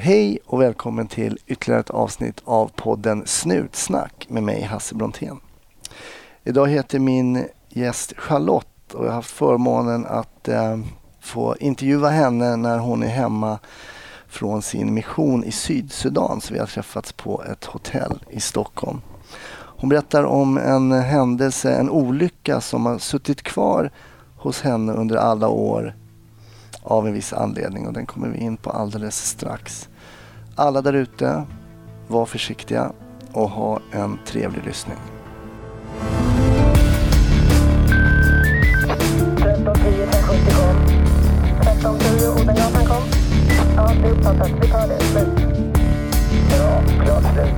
Hej och välkommen till ytterligare ett avsnitt av podden Snutsnack med mig Hasse Brontén. Idag heter min gäst Charlotte och jag har haft förmånen att få intervjua henne när hon är hemma från sin mission i Sydsudan, så vi har träffats på ett hotell i Stockholm. Hon berättar om en händelse, en olycka som har suttit kvar hos henne under alla år av en viss anledning, och den kommer vi in på alldeles strax. Alla där ute, var försiktiga och ha en trevlig lyssning. 1310 1070 kom. 1310 Odengatan kom. Ja, det är uppfattat. Vi tar det. Slut. Ja, klart slut.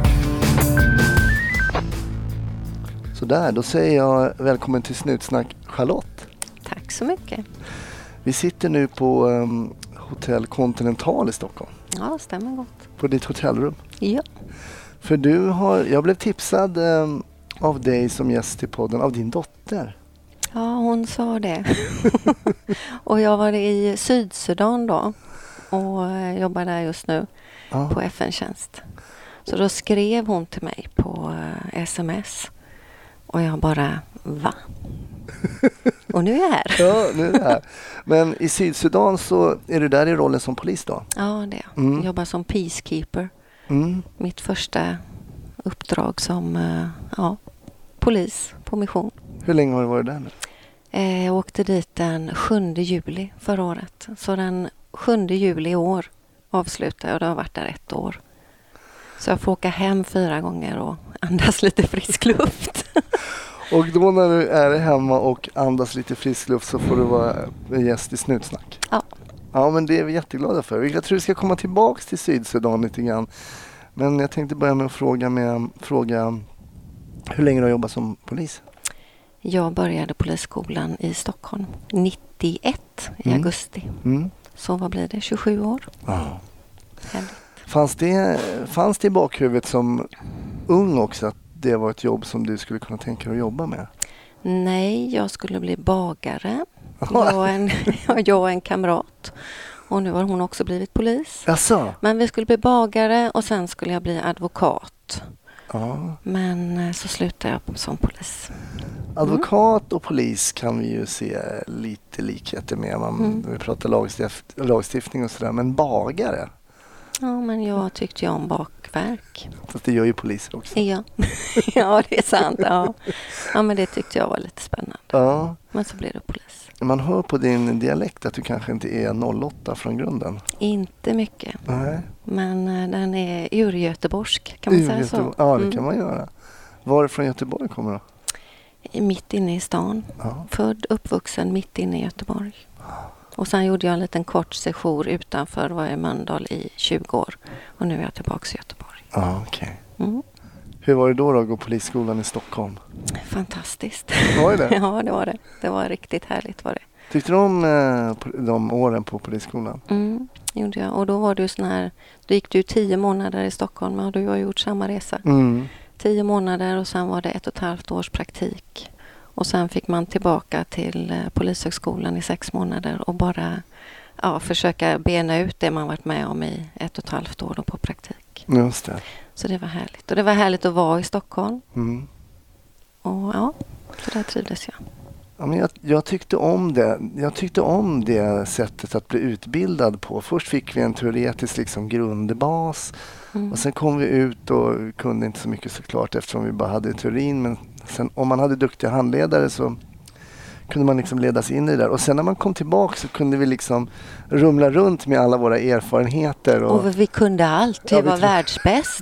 Så där, då säger jag välkommen till Snutsnack Charlotte. Tack så mycket. Vi sitter nu på Hotell Continental i Stockholm. Ja, stämmer gott. På ditt hotellrum. Ja. För jag blev tipsad av dig som gäst i podden av din dotter. Ja, hon sa det. Och jag var i Sydsudan då och jobbar där just nu på FN-tjänst. Så då skrev hon till mig på sms och jag bara, va? Och nu är jag här. Ja, nu är jag här. Men i Sydsudan så är du där i rollen som polis då? Ja, det är jag. Jag jobbar som peacekeeper. Mitt första uppdrag som polis på mission. Hur länge har du varit där nu? Jag åkte dit den 7 juli förra året. Så den 7 juli i år avslutade jag och det har varit där 1 år. Så jag får åka hem 4 gånger och andas lite frisk luft. Och då när du är hemma och andas lite frisk luft så får du vara gäst i Snutsnack. Ja. Ja, men det är vi jätteglada för. Jag tror vi ska komma tillbaka till Sydsudan lite grann. Men jag tänkte börja med att fråga hur länge du har jobbat som polis? Jag började polisskolan i Stockholm 91 i augusti. Så vad blir det? 27 år? Ja. Härligt. Fanns det i bakhuvudet som ung också att det var ett jobb som du skulle kunna tänka dig att jobba med? Nej, jag skulle bli bagare. Jag och en kamrat. Och nu har hon också blivit polis. Jaså? Men vi skulle bli bagare och sen skulle jag bli advokat. Ja. Men så slutade jag som polis. Advokat och polis kan vi ju se lite likheter med. Vi pratar lagstiftning och sådär. Men bagare? Ja, men jag tyckte ju om bakverk. Fast det gör ju poliser också. Ja, ja det är sant. Ja, men det tyckte jag var lite spännande. Ja. Men så blev det polis. Man hör på din dialekt att du kanske inte är 08 från grunden. Inte mycket. Nej. Men den är urgöteborgsk, kan man säga så? Ja, det kan man göra. Varifrån Göteborg kommer du? Mitt inne i stan. Ja. Född, uppvuxen mitt inne i Göteborg. Och sen gjorde jag en liten kort sejour utanför, var i Mölndal i 20 år. Och nu är jag tillbaka i Göteborg. Ja, okej. Hur var det då att gå polisskolan i Stockholm? Fantastiskt. Var det? Ja, det var det. Det var riktigt härligt var det. Tyckte du om de åren på polisskolan? Gjorde jag. Och då var du sån här, då gick du 10 månader i Stockholm och du har gjort samma resa. 10 månader och sen var det 1,5 års praktik. Och sen fick man tillbaka till polishögskolan i 6 månader och bara försöka bena ut det man varit med om i 1,5 år då på praktik. Just det. Så det var härligt. Och det var härligt att vara i Stockholm. Och så där trivdes jag. Ja, men jag tyckte om det. Jag tyckte om det sättet att bli utbildad på. Först fick vi en teoretisk grundbas. Och sen kom vi ut och kunde inte så mycket såklart eftersom vi bara hade teorin. Men sen, om man hade duktiga handledare så kunde man ledas in i det där. Och sen när man kom tillbaka så kunde vi rumla runt med alla våra erfarenheter. Och vi kunde allt. Vi var världsbäst.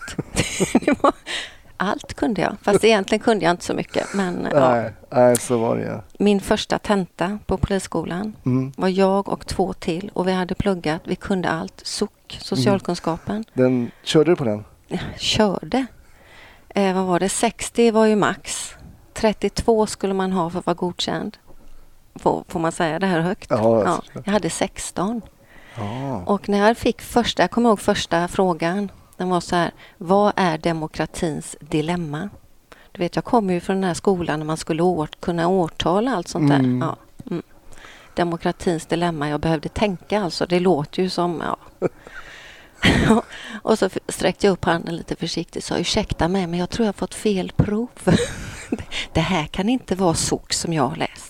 Allt kunde jag. Fast egentligen kunde jag inte så mycket. Men, nej, så var det. Min första tenta på polisskolan var jag och 2 till. Och vi hade pluggat. Vi kunde allt. Socialkunskapen. Körde du på den? Körde. Vad var det? 60 var ju max. 32 skulle man ha för att vara godkänd. Får man säga det här högt? Ja. Jag hade 16. Och när jag fick jag kommer ihåg första frågan. Den var så här: vad är demokratins dilemma? Du vet, jag kom ju från den här skolan när man skulle kunna årtala allt sånt där. Demokratins dilemma, jag behövde tänka alltså. Det låter ju som, Och så sträckte jag upp handen lite försiktigt och sa ursäkta mig men jag tror jag har fått fel prov. Det här kan inte vara SOK som jag har läst.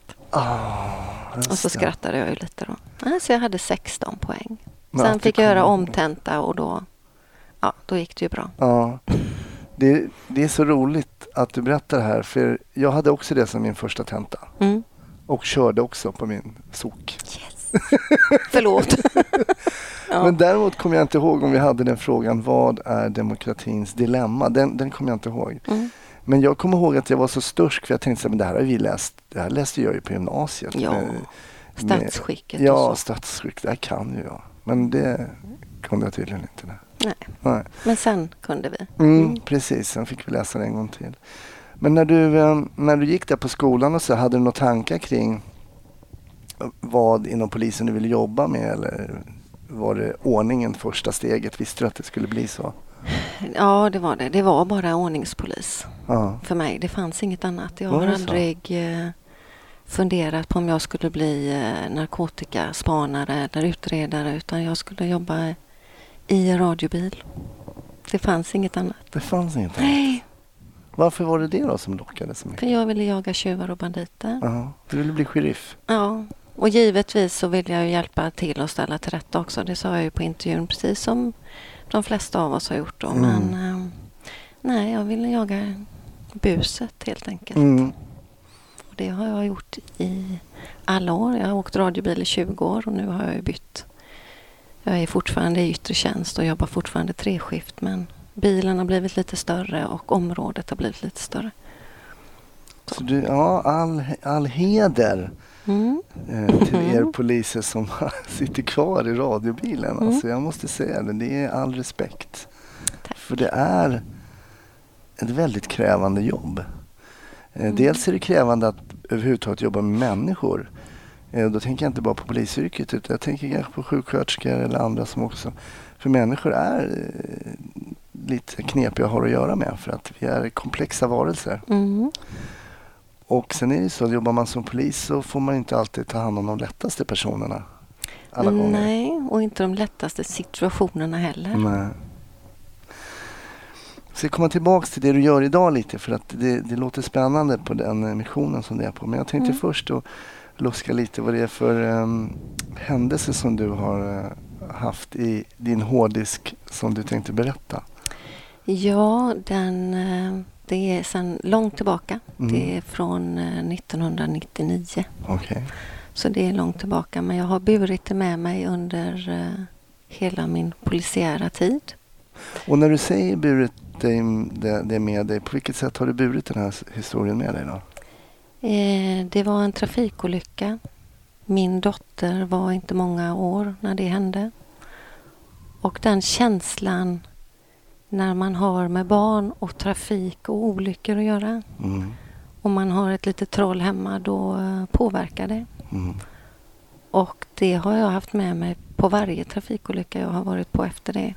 Och så skrattade jag ju lite då. Så jag hade 16 poäng. Sen fick jag göra omtenta och då gick det ju bra. Ja. Det är så roligt att du berättar det här för jag hade också det som min första tenta. Och körde också på min SOK. Yes. Förlåt. Ja. Men däremot kommer jag inte ihåg om vi hade den frågan vad är demokratins dilemma? Den kommer jag inte ihåg. Men jag kommer ihåg att jag var så stursk för jag tänkte att det här har vi läst. Det här läste jag ju på gymnasiet. Ja, statsskicket. Ja, statsskick. Det här kan ju jag. Men det kunde jag tydligen inte. Nej. Men sen kunde vi. Precis, sen fick vi läsa det en gång till. Men när du gick där på skolan och så hade du några tankar kring vad inom polisen du ville jobba med eller var det ordningen första steget? Visste du att det skulle bli så? Ja, det var det. Det var bara ordningspolis för mig. Det fanns inget annat. Jag har aldrig funderat på om jag skulle bli narkotikaspanare eller utredare utan jag skulle jobba i en radiobil. Det fanns inget annat. Det fanns inget annat? Nej. Varför var det då som lockade så mycket? För jag ville jaga tjuvar och banditer. Du ville bli sheriff? Ja, och givetvis så vill jag ju hjälpa till att ställa till rätta också. Det sa jag ju på intervjun precis som de flesta av oss har gjort då. Men nej, jag ville jaga buset helt enkelt. Och det har jag gjort i alla år. Jag har åkt radiobil i 20 år och nu har jag ju bytt. Jag är fortfarande i yttre tjänst och jobbar fortfarande 3-skift men bilen har blivit lite större och området har blivit lite större. Så du, all heder till er poliser som sitter kvar i radiobilen. Alltså jag måste säga det är all respekt. Tack. För det är ett väldigt krävande jobb. Dels är det krävande att överhuvudtaget jobba med människor. Då tänker jag inte bara på polisyrket utan jag tänker kanske på sjuksköterskor eller andra som också. För människor är lite knepiga att ha att göra med för att vi är komplexa varelser. Och sen är det så att jobbar man som polis så får man inte alltid ta hand om de lättaste personerna. Alla gånger. Nej, och inte de lättaste situationerna heller. Nej. Så jag kommer tillbaka till det du gör idag lite för att det låter spännande på den missionen som det är på. Men jag tänkte först då luska lite vad det är för händelser som du har haft i din hårddisk som du tänkte berätta. Ja, det är sedan långt tillbaka. Det är från 1999. Okay. Så det är långt tillbaka. Men jag har burit det med mig under hela min polisiära tid. Och när du säger burit det med dig, på vilket sätt har du burit den här historien med dig då? Det var en trafikolycka. Min dotter var inte många år när det hände. Och den känslan när man har med barn och trafik och olyckor att göra. Om man har ett litet troll hemma då påverkar det. Och det har jag haft med mig på varje trafikolycka jag har varit på efter det.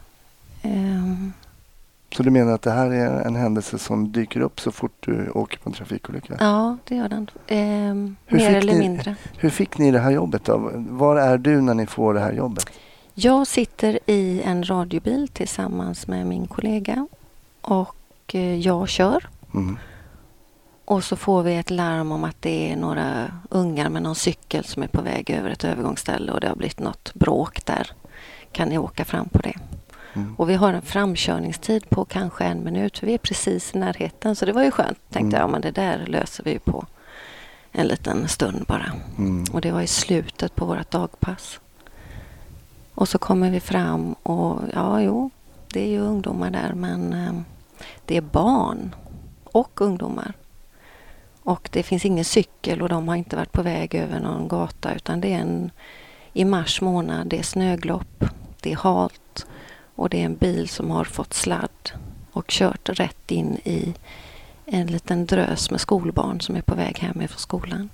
Så du menar att det här är en händelse som dyker upp så fort du åker på en trafikolycka? Ja, det gör den. Mer eller mindre. Hur fick ni det här jobbet då? Var är du när ni får det här jobbet? Jag sitter i en radiobil tillsammans med min kollega och jag kör. Och så får vi ett larm om att det är några ungar med någon cykel som är på väg över ett övergångsställe och det har blivit något bråk där. Kan ni åka fram på det? Och vi har en framkörningstid på kanske 1 minut för vi är precis i närheten så det var ju skönt. Tänkte jag, men det där löser vi på en liten stund bara. Och det var i slutet på vårt dagpass. Och så kommer vi fram och det är ju ungdomar där men det är barn och ungdomar. Och det finns ingen cykel och de har inte varit på väg över någon gata utan det är i mars månad, det är snöglopp, det är halt och det är en bil som har fått sladd och kört rätt in i en liten drös med skolbarn som är på väg hem från skolan.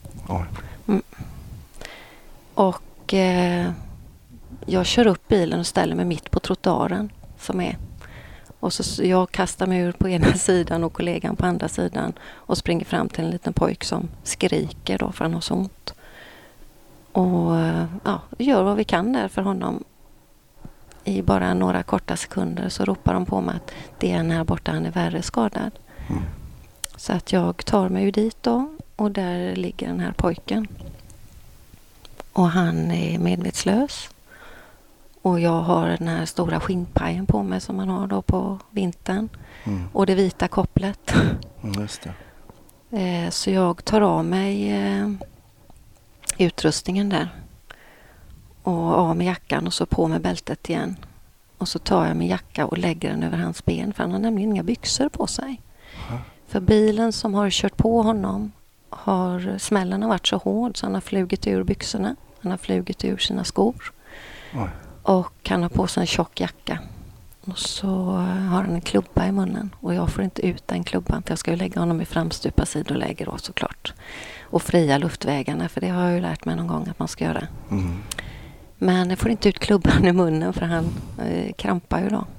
Och jag kör upp bilen och ställer mig mitt på trottoaren som är. Och så jag kastar mig ur på ena sidan och kollegan på andra sidan och springer fram till en liten pojk som skriker då för han har så ont. Och gör vad vi kan där för honom. i bara några korta sekunder så ropar de på mig att det är en här borta, han är värre skadad. Så att jag tar mig ju dit då och där ligger den här pojken. Och han är medvetslös. Och jag har den här stora skinnpajen på mig som man har då på vintern. Och det vita kopplet. Just det. Så jag tar av mig utrustningen där. Och av med jackan och så på med bältet igen. Och så tar jag min jacka och lägger den över hans ben. För han har nämligen inga byxor på sig. För bilen som har kört på honom smällen har varit så hård så han har flugit ur byxorna. Han har flugit ur sina skor. Oj. Och han har på sig en tjock jacka. Och så har han en klubba i munnen. Och jag får inte ut den klubban för jag ska ju lägga honom i framstupa sidoläge då såklart. Och fria luftvägarna för det har jag ju lärt mig någon gång att man ska göra. Men jag får inte ut klubban i munnen för han krampar ju då.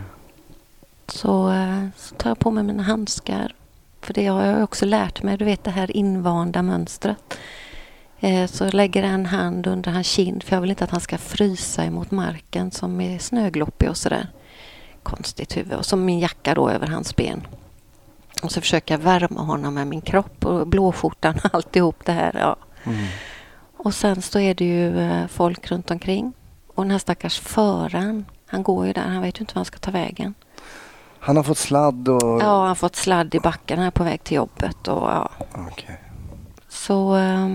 Så tar jag på mig mina handskar. För det har jag också lärt mig. Du vet det här invanda mönstret. Så lägger jag en hand under hans kind. För jag vill inte att han ska frysa emot marken som är snögloppig och sådär. Konstigt huvud. Och så min jacka då över hans ben. Och så försöker jag värma honom med min kropp. Och blåskjortan och alltihop det här. Ja. Och sen så är det ju folk runt omkring. Och den här stackars föraren. Han går ju där. Han vet ju inte var han ska ta vägen. Han har fått sladd och... Ja, han har fått sladd i backen här på väg till jobbet. Och, ja. Okay. Så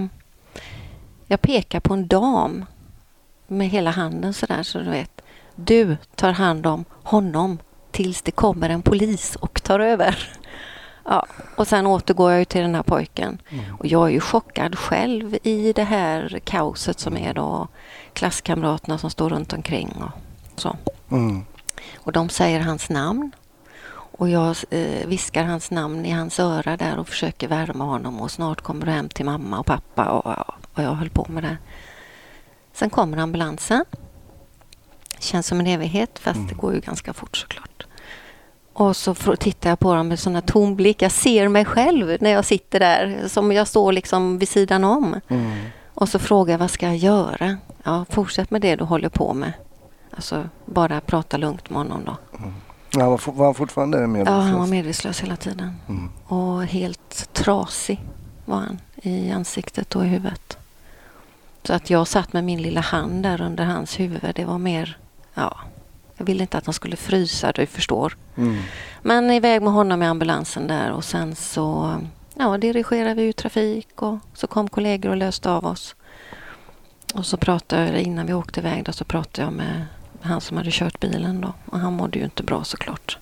jag pekar på en dam med hela handen sådär så du vet. Du tar hand om honom tills det kommer en polis och tar över. Ja, och sen återgår jag ju till den här pojken. Och jag är ju chockad själv i det här kaoset som är då klasskamraterna som står runt omkring och så. Och de säger hans namn. Och jag viskar hans namn i hans öra där och försöker värma honom. Och snart kommer du hem till mamma och pappa och jag höll på med det. Sen kommer ambulansen. Känns som en evighet fast det går ju ganska fort såklart. Och så tittar jag på dem med sån här tom blick. Jag ser mig själv när jag sitter där. Som jag står liksom vid sidan om. Och så frågar jag vad ska jag göra? Ja, fortsätt med det du håller på med. Alltså bara prata lugnt med honom då. Ja, var han fortfarande medvetslös? Ja, han var medvetslös hela tiden. Och helt trasig var han i ansiktet och i huvudet. Så att jag satt med min lilla hand där under hans huvud. Det var mer, ja, jag ville inte att han skulle frysa, du förstår. Men iväg med honom i ambulansen där och sen så dirigerade vi ut trafik och så kom kollegor och löste av oss. Och så pratade jag, innan vi åkte iväg då, så pratade jag med han som hade kört bilen då. Och han mådde ju inte bra såklart.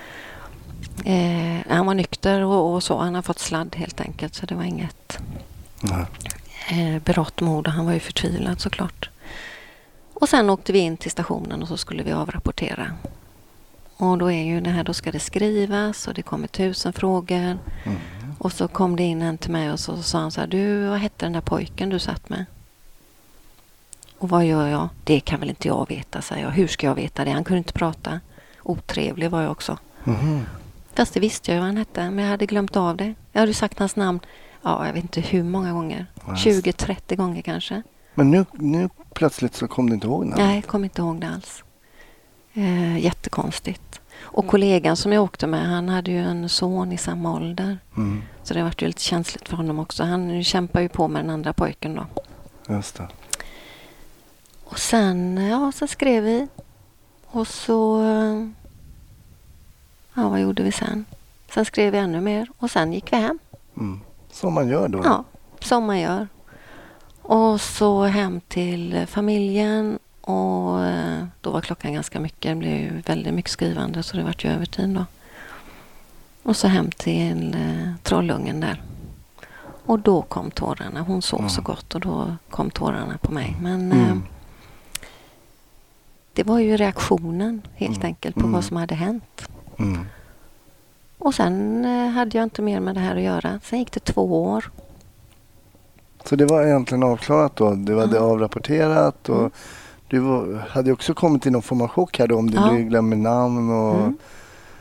Han var nykter och så. Han har fått sladd helt enkelt. Så det var inget berått mod. Han var ju förtvivlad såklart. Och sen åkte vi in till stationen och så skulle vi avrapportera. Och då är ju det här, då ska det skrivas och det kommer 1000 frågor. Och så kom det in en till mig och så sa han så här: du, vad hette den där pojken du satt med? Och vad gör jag? Det kan väl inte jag veta, säger jag. Hur ska jag veta det? Han kunde inte prata. Otrevlig var jag också. Fast det visste jag vad han hette, men jag hade glömt av det. Jag hade sagt hans namn, jag vet inte hur många gånger. 20-30 gånger kanske. Men nu plötsligt så kom du inte ihåg namn? Nej, jag kom inte ihåg det alls. Jättekonstigt. Och kollegan som jag åkte med, han hade ju en son i samma ålder. Så det var ju lite känsligt för honom också. Han kämpar ju på med den andra pojken då. Just det. Och sen, så skrev vi. Och så, vad gjorde vi sen? Sen skrev vi ännu mer. Och sen gick vi hem. Som man gör då? Ja, som man gör. Och så hem till familjen. Och då var klockan ganska mycket. Det blev ju väldigt mycket skrivande. Så det var ju övertid då. Och så hem till Trollungen där. Och då kom tårarna. Hon sov så gott. Och då kom tårarna på mig. Men... det var ju reaktionen helt enkelt på vad som hade hänt. Och sen hade jag inte mer med det här att göra. Sen gick det 2 år. Så det var egentligen avklarat då? Det var det avrapporterat och du hade också kommit i någon form av chock här då om du glömmer namn och...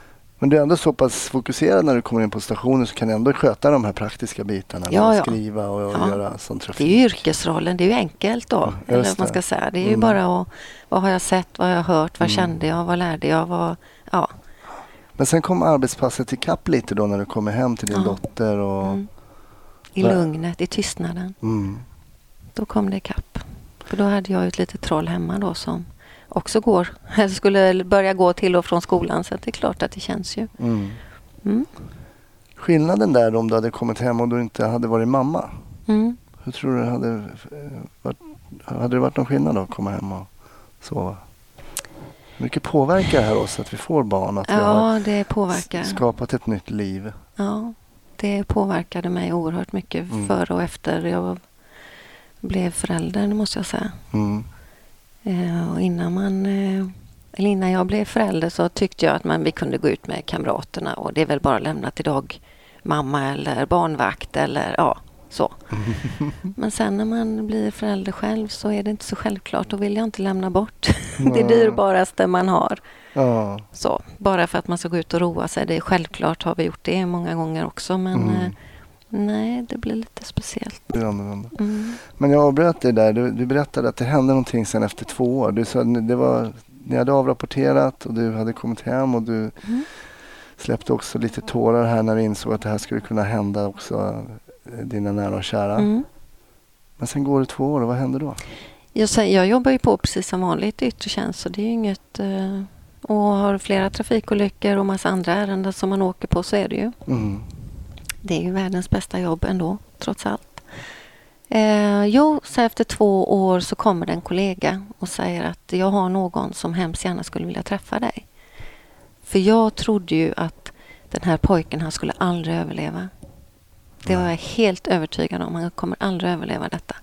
Men du är ändå så pass fokuserad när du kommer in på stationen så kan du ändå sköta de här praktiska bitarna. Ja. Skriva och göra sån trafik. Det är ju yrkesrollen, det är ju enkelt då. Eller vad man ska säga. Det är ju bara att, vad har jag sett, vad har jag hört, vad kände jag, vad lärde jag, ja. Men sen kom arbetspasset i kapp lite då när du kommer hem till din dotter och... I lugnet, i tystnaden. Då kom det i kapp. För då hade jag ju ett litet troll hemma då som också skulle börja gå till och från skolan, så det är klart att det känns ju. Skillnaden där om du hade kommit hem och du inte hade varit mamma. Hur tror du hade det varit någon skillnad då att komma hem och sova? Hur mycket påverkar det här oss att vi får barn? Att vi har det påverkar. Skapat ett nytt liv. Ja, det påverkade mig oerhört mycket före och efter jag blev förälder, måste jag säga. Och innan jag blev förälder så tyckte jag att vi kunde gå ut med kamraterna och det är väl bara lämna till dagmamma eller barnvakt eller så. Men sen när man blir förälder själv så är det inte så självklart. Då vill jag inte lämna bort det dyrbaraste man har. Så, bara för att man ska gå ut och roa sig. Det är självklart, har vi gjort det många gånger också. Men nej, det blir lite speciellt. Det är annorlunda. Men jag avbröt dig där. Du berättade att det hände någonting sen efter 2 år. Du sa att det var, ni hade avrapporterat och du hade kommit hem och du släppte också lite tårar här när du insåg att det här skulle kunna hända också dina nära och kära. Men sen går det 2 år och vad händer då? Jag jobbar ju på precis som vanligt i yttre tjänst, så det är ju inget, och har flera trafikolyckor och massa andra ärenden som man åker på, så är det ju. Det är ju världens bästa jobb ändå, trots allt. Så efter 2 år så kommer det en kollega och säger att jag har någon som hemskt gärna skulle vilja träffa dig. För jag trodde ju att den här pojken, han skulle aldrig överleva. Det var jag helt övertygad om. Han kommer aldrig överleva detta.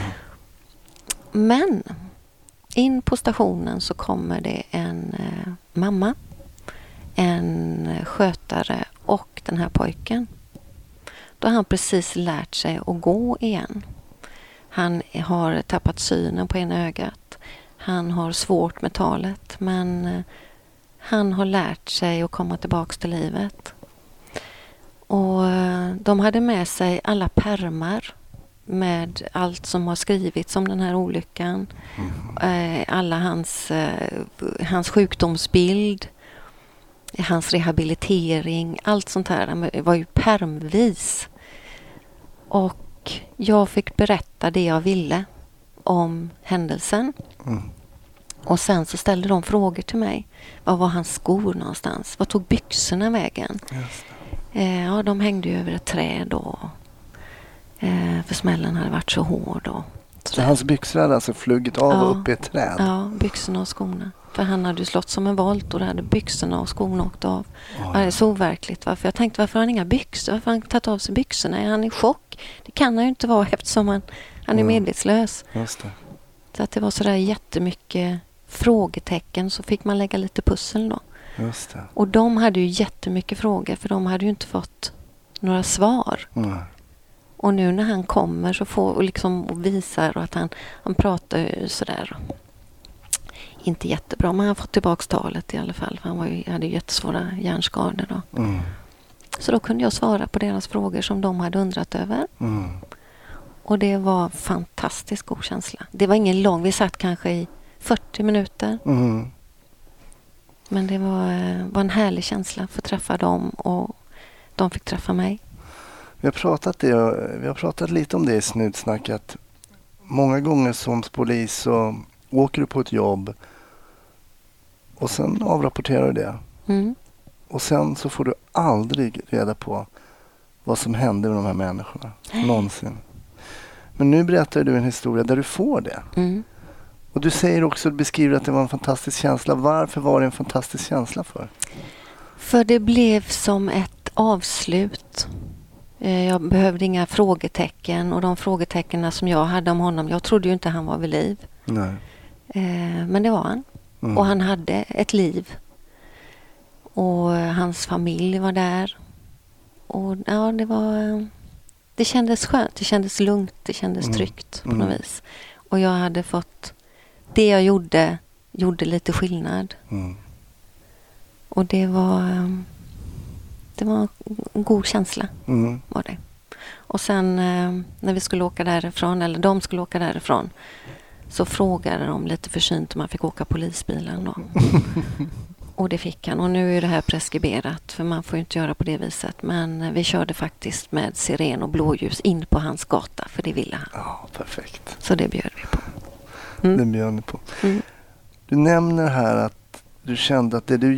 Men in på stationen så kommer det en mamma, en skötare och den här pojken. Då har han precis lärt sig att gå igen. Han har tappat synen på ena ögat. Han har svårt med talet, men han har lärt sig att komma tillbaka till livet. Och de hade med sig alla pärmar med allt som har skrivits om den här olyckan. Alla hans sjukdomsbild, hans rehabilitering, allt sånt här. Det var ju pärmvis. Och jag fick berätta det jag ville om händelsen. Och sen så ställde de frågor till mig. Var var hans skor någonstans? Var tog byxorna vägen? Just det. De hängde ju över ett träd då. För smällen hade varit så hård. Och så hans byxor hade alltså flugit av och upp i ett träd? Ja, byxorna och skorna. För han hade ju slått som en volt och då hade byxorna och skorna åkt av. Det är så overkligt. För jag tänkte, varför har han inga byxor? Varför har han tagit av sig byxorna? Är han i chock? Det kan han ju inte vara eftersom han är medvetslös. Just det. Så att det var sådär jättemycket frågetecken, så fick man lägga lite pussel då. Just det. Och de hade ju jättemycket frågor, för de hade ju inte fått några svar. Och nu när han kommer så får och visar och att han pratar ju sådär inte jättebra, men han har fått tillbaka talet i alla fall, för han hade ju jättesvåra hjärnskador då. Så då kunde jag svara på deras frågor som de hade undrat över. Och det var fantastiskt god känsla. Det var ingen lång, vi satt kanske i 40 minuter. Men det var en härlig känsla för att träffa dem, och de fick träffa mig. Vi har pratat lite om det i Snutsnack, att många gånger som polis så åker du på ett jobb och sen avrapporterar du det. Och sen så får du aldrig reda på vad som hände med de här människorna. Någonsin. Men nu berättar du en historia där du får det. Och du säger också, du beskriver att det var en fantastisk känsla. Varför var det en fantastisk känsla för? För det blev som ett avslut. Jag behövde inga frågetecken, och de frågetecknen som jag hade om honom, jag trodde ju inte han var vid liv. Nej. Men det var han. Och han hade ett liv. Och hans familj var där. Och ja, det kändes skönt, det kändes lugnt, det kändes tryggt på något vis. Och jag hade fått, det jag gjorde lite skillnad. Och det var Det var en god känsla var det. Och sen när vi skulle åka därifrån, eller de skulle åka därifrån, så frågade de lite försynt om man fick åka polisbilen då. Och det fick han. Och nu är det här preskriberat, för man får ju inte göra på det viset. Men vi körde faktiskt med siren och blåljus in på hans gata, för det ville han. Ja, perfekt. Så det bjöd vi på. Det bjöd ni på. Du nämner här att du kände att det du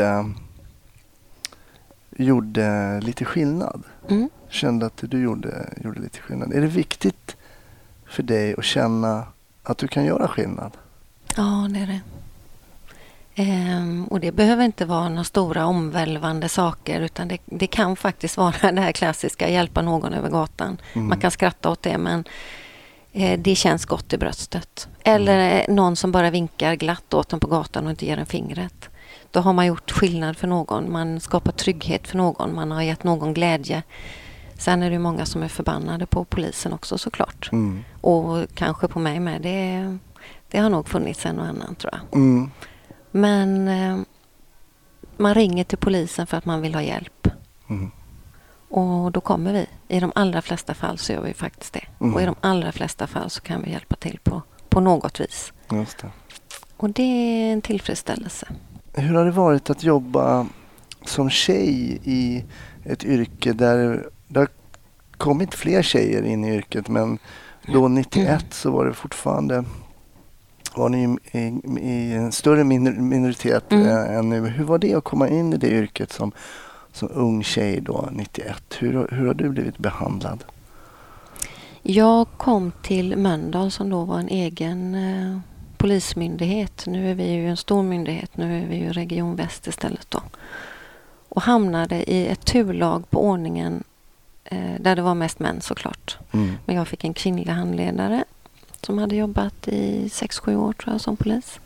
gjorde lite skillnad. Kände att du gjorde lite skillnad. Är det viktigt för dig att känna att du kan göra skillnad? Ja, det är det. Och det behöver inte vara några stora omvälvande saker, utan det kan faktiskt vara det här klassiska, hjälpa någon över gatan. Man kan skratta åt det, men det känns gott i bröstet. Eller någon som bara vinkar glatt åt dem på gatan och inte ger en fingret. Då har man gjort skillnad för någon. Man skapar trygghet för någon. Man har gett någon glädje. Sen är det många som är förbannade på polisen också, såklart. Och kanske på mig med. Det har nog funnits en och annan, tror jag. Men man ringer till polisen för att man vill ha hjälp. Och då kommer vi. I de allra flesta fall så gör vi faktiskt det. Och i de allra flesta fall så kan vi hjälpa till på något vis. Just det. Och det är en tillfredsställelse. Hur har det varit att jobba som tjej i ett yrke där det har kommit fler tjejer in i yrket, men då 91 så var det fortfarande, var ni i en större minoritet än nu. Hur var det att komma in i det yrket som ung tjej då 91? Hur har du blivit behandlad? Jag kom till Mölndal som då var en egen polismyndighet. Nu är vi ju en stor myndighet. Nu är vi ju Region Väst istället då. Och hamnade i ett turlag på ordningen där det var mest män, såklart. Men jag fick en kvinnlig handledare som hade jobbat i 6-7 år, tror jag, som polis.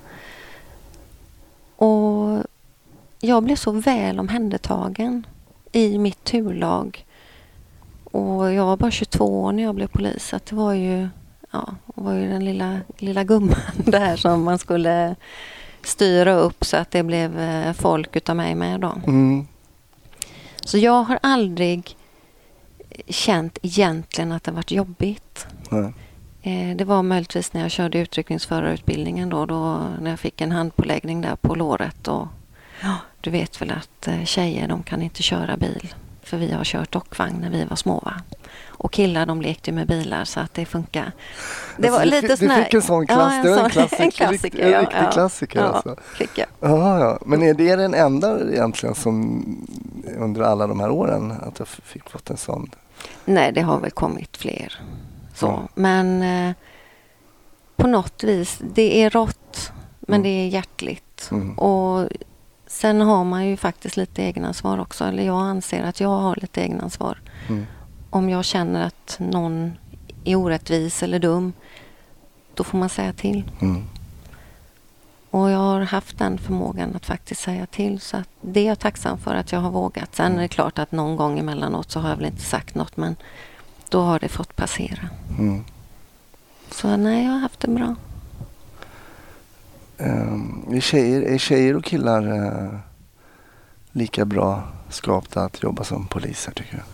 Och jag blev så väl omhändertagen i mitt turlag. Och jag var bara 22 år när jag blev polis. Så att det var ju den lilla gumman där som man skulle styra upp så att det blev folk utav mig med då. Så jag har aldrig känt egentligen att det varit jobbigt. Det var möjligtvis när jag körde utryckningsförarutbildningen då när jag fick en handpåläggning där på låret. Och du vet väl att tjejer, de kan inte köra bil. För vi har kört dockvagn när vi var små, va? Och killar, de lekte med bilar så att det funkar. Det var lite sån här... Du fick en sån klass, det var en klassiker. En riktig klassiker alltså. Fick jag. Ja. Men är det den enda egentligen som under alla de här åren att jag fick fått en sån? Nej, det har väl kommit fler. Så. Men på något vis, det är rått, men det är hjärtligt. Och sen har man ju faktiskt lite egenansvar också. Eller jag anser att jag har lite egenansvar. Om jag känner att någon är orättvis eller dum, då får man säga till. Och jag har haft den förmågan att faktiskt säga till. Så att det är jag tacksam för att jag har vågat. Sen är det klart att någon gång emellanåt så har jag väl inte sagt något. Men då har det fått passera. Så nej, jag har haft det bra. Är tjejer och killar lika bra skapta att jobba som poliser, tycker du?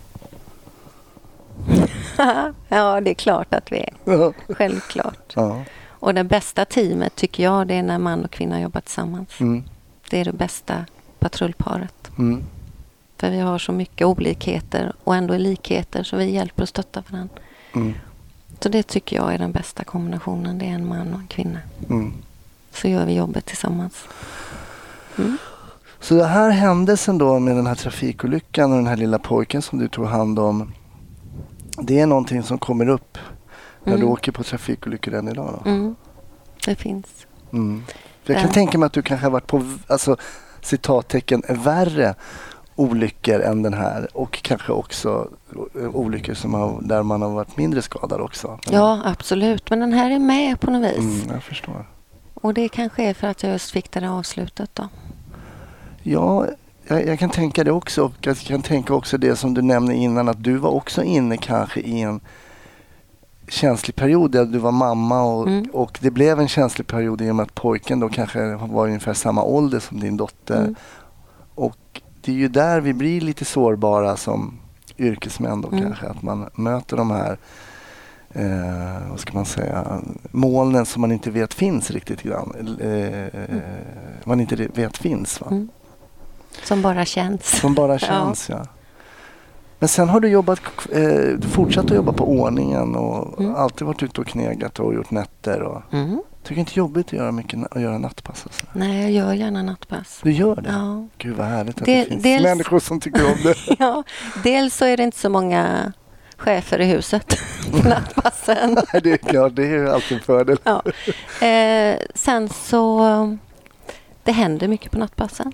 Ja, det är klart att vi är. Självklart. Och det bästa teamet tycker jag, det är när man och kvinna jobbar tillsammans. Det är det bästa patrullparet. För vi har så mycket olikheter och ändå likheter, så vi hjälper och stöttar varandra. Så det tycker jag är den bästa kombinationen. Det är en man och en kvinna. Så gör vi jobbet tillsammans. Så det här händelsen då med den här trafikolyckan och den här lilla pojken som du tog hand om, det är någonting som kommer upp när du åker på trafikolyckor än idag då? Det finns. För jag kan tänka mig att du kanske har varit på, alltså citattecken, värre olyckor än den här, och kanske också olyckor där man har varit mindre skadad också. Ja, absolut. Men den här är med på något vis. Jag förstår. Och det kanske är för att jag just fick det där avslutet då. Ja, jag kan tänka det också. Och jag kan tänka också det som du nämnde innan, att du var också inne kanske i en känslig period där du var mamma och det blev en känslig period i och med att pojken då kanske var ungefär samma ålder som din dotter. Och det är ju där vi blir lite sårbara som yrkesmän då kanske. Att man möter de här vad ska man säga, molnen som man inte vet finns riktigt grann. Man inte vet finns, va? Som bara känns. Som bara känns, ja. Men sen har du fortsatt att jobba på ordningen och alltid varit ute och knegat och gjort nätter. Och tycker det inte jobbigt att göra nattpass? Alltså? Nej, jag gör gärna nattpass. Du gör det? Ja. Gud vad härligt att det finns människor som tycker om det. Ja, dels så är det inte så många chefer i huset på nattpassen. Nej, det är klart. Det är alltid en fördel. Ja. Sen så det händer mycket på nattpassen.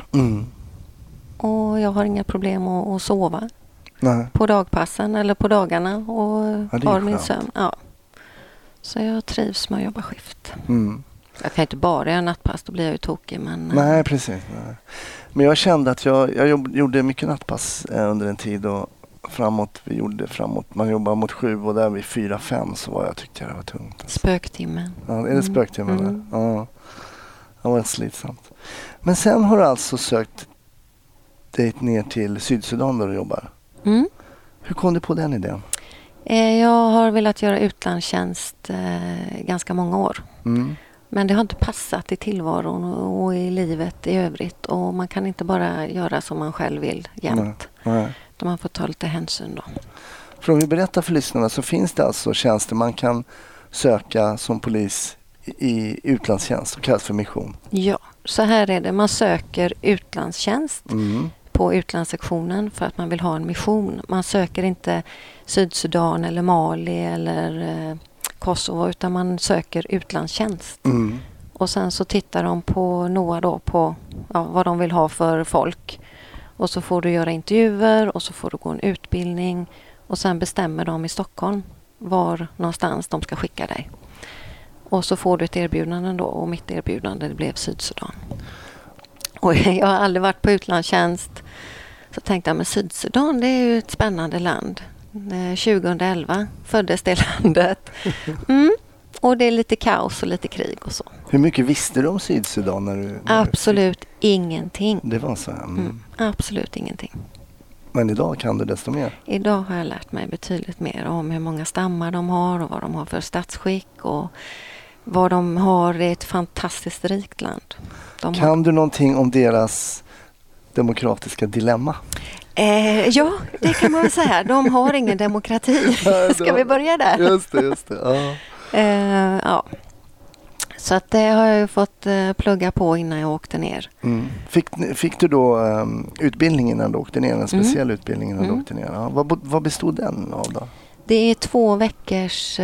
Och jag har inga problem att sova. Nej. På dagpassen eller på dagarna och har min sömn. Ja. Så jag trivs med att jobba skift. Jag kan inte bara göra nattpass, då blir jag ju tokig. Men, nej, precis. Nej. Men jag kände att jag gjorde mycket nattpass under en tid och man jobbar mot 7 och där vid 4-5 tyckte jag det var tungt. Alltså. Spöktimmen. Ja, är det spöktimmen? Ja. Det var slitsamt. Men sen har du alltså sökt dig ner till Sydsudan där du jobbar. Hur kom du på den idén? Jag har velat göra utlandstjänst ganska många år. Men det har inte passat i tillvaron och i livet i övrigt. Och man kan inte bara göra som man själv vill jämt. Nej. Man får ta lite hänsyn då. För om vi berättar för lyssnarna så finns det alltså tjänster man kan söka som polis i utlandstjänst och kallas för mission. Ja, så här är det. Man söker utlandstjänst på utlandssektionen för att man vill ha en mission. Man söker inte Sydsudan eller Mali eller Kosovo utan man söker utlandstjänst. Och sen så tittar de på NOA då på vad de vill ha för folk. Och så får du göra intervjuer och så får du gå en utbildning och sen bestämmer de i Stockholm var någonstans de ska skicka dig. Och så får du ett erbjudande då och mitt erbjudande det blev Sydsudan. Och jag har aldrig varit på utlandstjänst så tänkte jag men Sydsudan det är ju ett spännande land. 2011 föddes det landet. Och det är lite kaos och lite krig och så. Hur mycket visste du om Sydsudan när du... Absolut ingenting. Det var så här. Absolut ingenting. Men idag kan du desto mer? Idag har jag lärt mig betydligt mer om hur många stammar de har och vad de har för statsskick och vad de har. Det är ett fantastiskt rikt land. Kan du någonting om deras demokratiska dilemma? Ja, det kan man väl säga. De har ingen demokrati. Ska vi börja där? Just det. Ja. Ja. Så att det har jag ju fått plugga på innan jag åkte ner. Fick du då utbildning innan du åkte ner? En speciell utbildning innan du åkte ner? Ja. Vad bestod den av då? Det är 2 veckors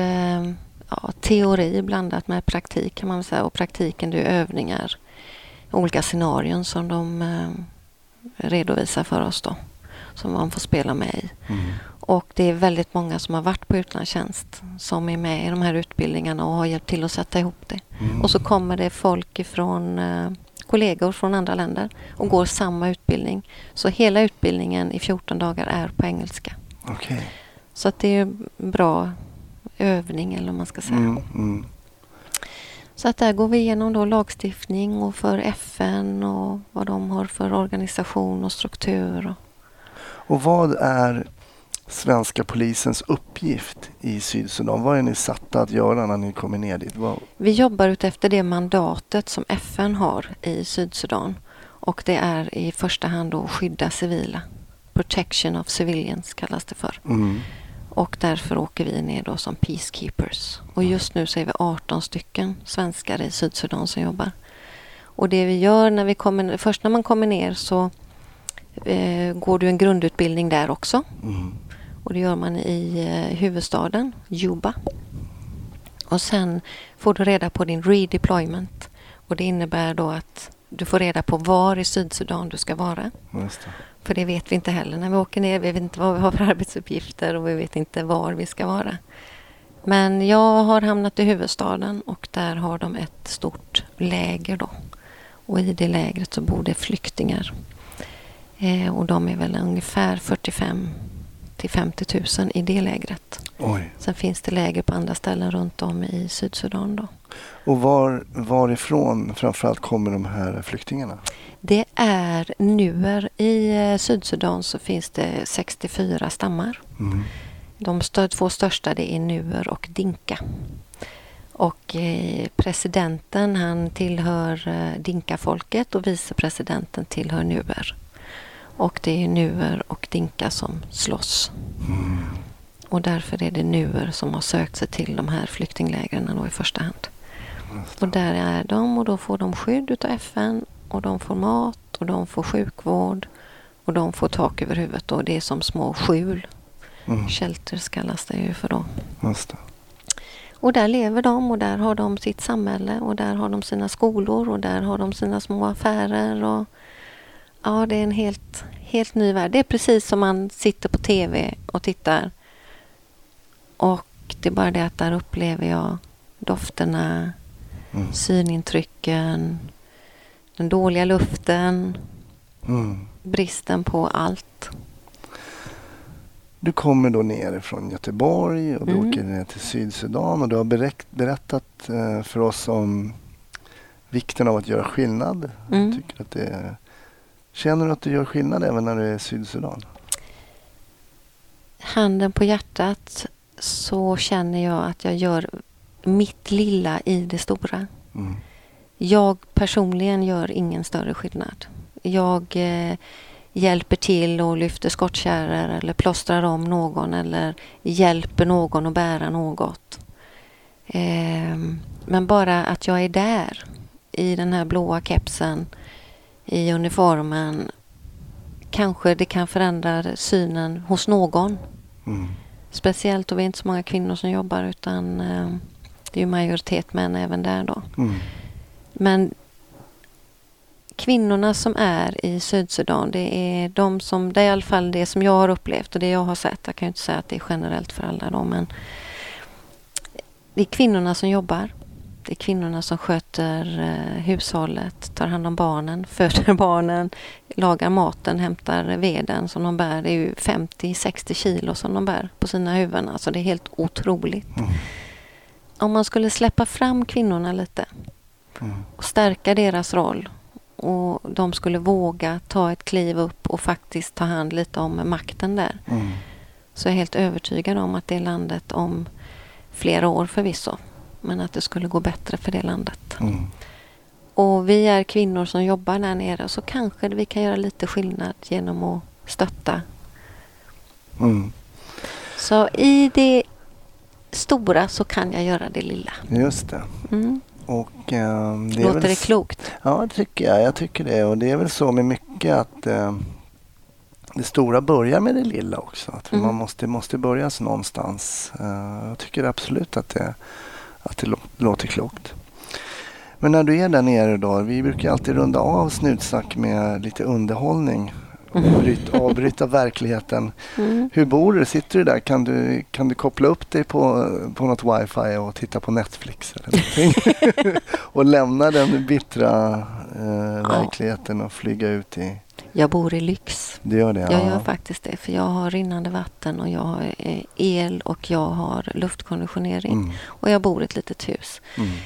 teori blandat med praktik kan man väl säga. Och praktiken det är övningar. Olika scenarion som de redovisar för oss då. Som man får spela med i. Och det är väldigt många som har varit på utlandstjänst som är med i de här utbildningarna och har hjälpt till att sätta ihop det. Och så kommer det folk ifrån kollegor från andra länder och går samma utbildning. Så hela utbildningen i 14 dagar är på engelska. Okay. Så att det är en bra övning eller vad man ska säga. Så att där går vi igenom då lagstiftning och för FN och vad de har för organisation och struktur. Och vad är svenska polisens uppgift i Sydsudan? Vad är ni satta att göra när ni kommer ner dit? Vi jobbar utefter det mandatet som FN har i Sydsudan. Och det är i första hand att skydda civila. Protection of civilians kallas det för. Och därför åker vi ner då som peacekeepers. Och just nu så är vi 18 stycken svenskar i Sydsudan som jobbar. Och det vi gör när man kommer ner så går du en grundutbildning där också. Och det gör man i huvudstaden, Juba. Och sen får du reda på din redeployment. Och det innebär då att du får reda på var i Sydsudan du ska vara. Just det. För det vet vi inte heller när vi åker ner. Vi vet inte vad vi har för arbetsuppgifter och vi vet inte var vi ska vara. Men jag har hamnat i huvudstaden och där har de ett stort läger då. Och i det lägret så bor det flyktingar. Och de är väl ungefär 45 till 50 000 i det lägret. Oj. Sen finns det läger på andra ställen runt om i Sydsudan då. Och varifrån framförallt kommer de här flyktingarna? Det är nuer. I Sydsudan så finns det 64 stammar. Mm. De två största det är nuer och dinka. Och presidenten han tillhör dinkafolket och vicepresidenten tillhör nuer. Och det är nuer och dinka som slåss. Mm. Och därför är det nuer som har sökt sig till de här flyktinglägren då i första hand. Och där är de och då får de skydd utav FN och de får mat och de får sjukvård och de får tak över huvudet och det är som små skjul. Shelters kallas det ju för då. Just det. Och där lever de och där har de sitt samhälle och där har de sina skolor och där har de sina små affärer och ja, det är en helt ny värld. Det är precis som man sitter på tv och tittar och det är bara det att där upplever jag dofterna, synintrycken, den dåliga luften, bristen på allt. Du kommer då ner från Göteborg och du åker ner till Sydsudan och du har berättat för oss om vikten av att göra skillnad. Tycker att känner du att du gör skillnad även när du är i Sydsudan? Handen på hjärtat så känner jag att jag gör mitt lilla i det stora. Jag personligen gör ingen större skillnad. Jag hjälper till och lyfter skottkärror eller plåstrar om någon eller hjälper någon att bära något. Men bara att jag är där i den här blåa kepsen, i uniformen, kanske det kan förändra synen hos någon. Speciellt då vi är inte så många kvinnor som jobbar utan det är ju majoritet män även där då. Men kvinnorna som är i Sydsudan, det är de som, det är i alla fall det som jag har upplevt och det jag har sett. Jag kan ju inte säga att det är generellt för alla då, men det är kvinnorna som jobbar. Det är kvinnorna som sköter hushållet, tar hand om barnen, föder barnen, lagar maten, hämtar veden som de bär. Det är ju 50-60 kilo som de bär på sina huvuden. Alltså det är helt otroligt. Om man skulle släppa fram kvinnorna lite och stärka deras roll och de skulle våga ta ett kliv upp och faktiskt ta hand lite om makten där. Så jag är helt övertygad om att det landet om flera år förvisso, men att det skulle gå bättre för det landet. Och vi är kvinnor som jobbar där nere så kanske vi kan göra lite skillnad genom att stötta. Så i det stora så kan jag göra det lilla. Just det. Och, låter det klokt? Ja, det tycker jag. Jag tycker det. Och det är väl så med mycket att det stora börjar med det lilla också. Att man måste börja någonstans. Jag tycker absolut att det låter klokt. Men när du är där nere då, vi brukar alltid runda av Snutsnack med lite underhållning. Avbryta verkligheten. Hur bor du? Sitter du där? Kan du koppla upp dig på något wifi och titta på Netflix eller någonting? Och lämna den bittra verkligheten och flyga ut i... Jag bor i lyx. Det gör det, Jag gör faktiskt det. För jag har rinnande vatten och jag har el och jag har luftkonditionering. Och jag bor i ett litet hus.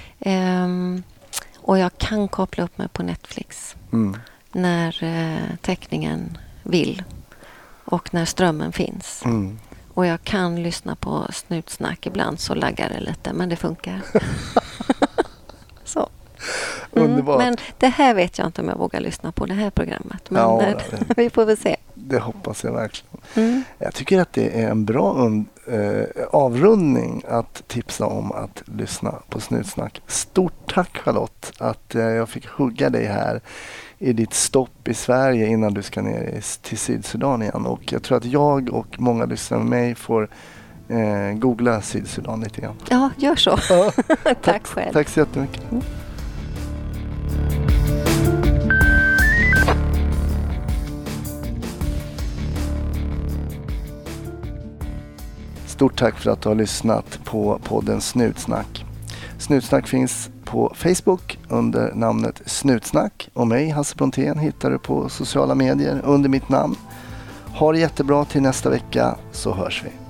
Och jag kan koppla upp mig på Netflix. När täckningen vill och när strömmen finns. Och jag kan lyssna på Snutsnack ibland så laggar det lite, men det funkar. Så. Underbart. Men det här vet jag inte om jag vågar lyssna på det här programmet. Men vi får väl se. Det hoppas jag verkligen. Jag tycker att det är en bra avrundning att tipsa om att lyssna på Snutsnack. Stort tack Charlotte att jag fick hugga dig här i ditt stopp i Sverige innan du ska ner till Sydsudan igen. Och jag tror att jag och många lyssnare med mig får googla Sydsudan lite grann. Ja, gör så. Tack själv. Tack så jättemycket. Stort tack för att du har lyssnat på podden Snutsnack. Snutsnack finns på Facebook under namnet Snutsnack och mig, Hasse Brontén, hittar du på sociala medier under mitt namn. Ha det jättebra till nästa vecka så hörs vi.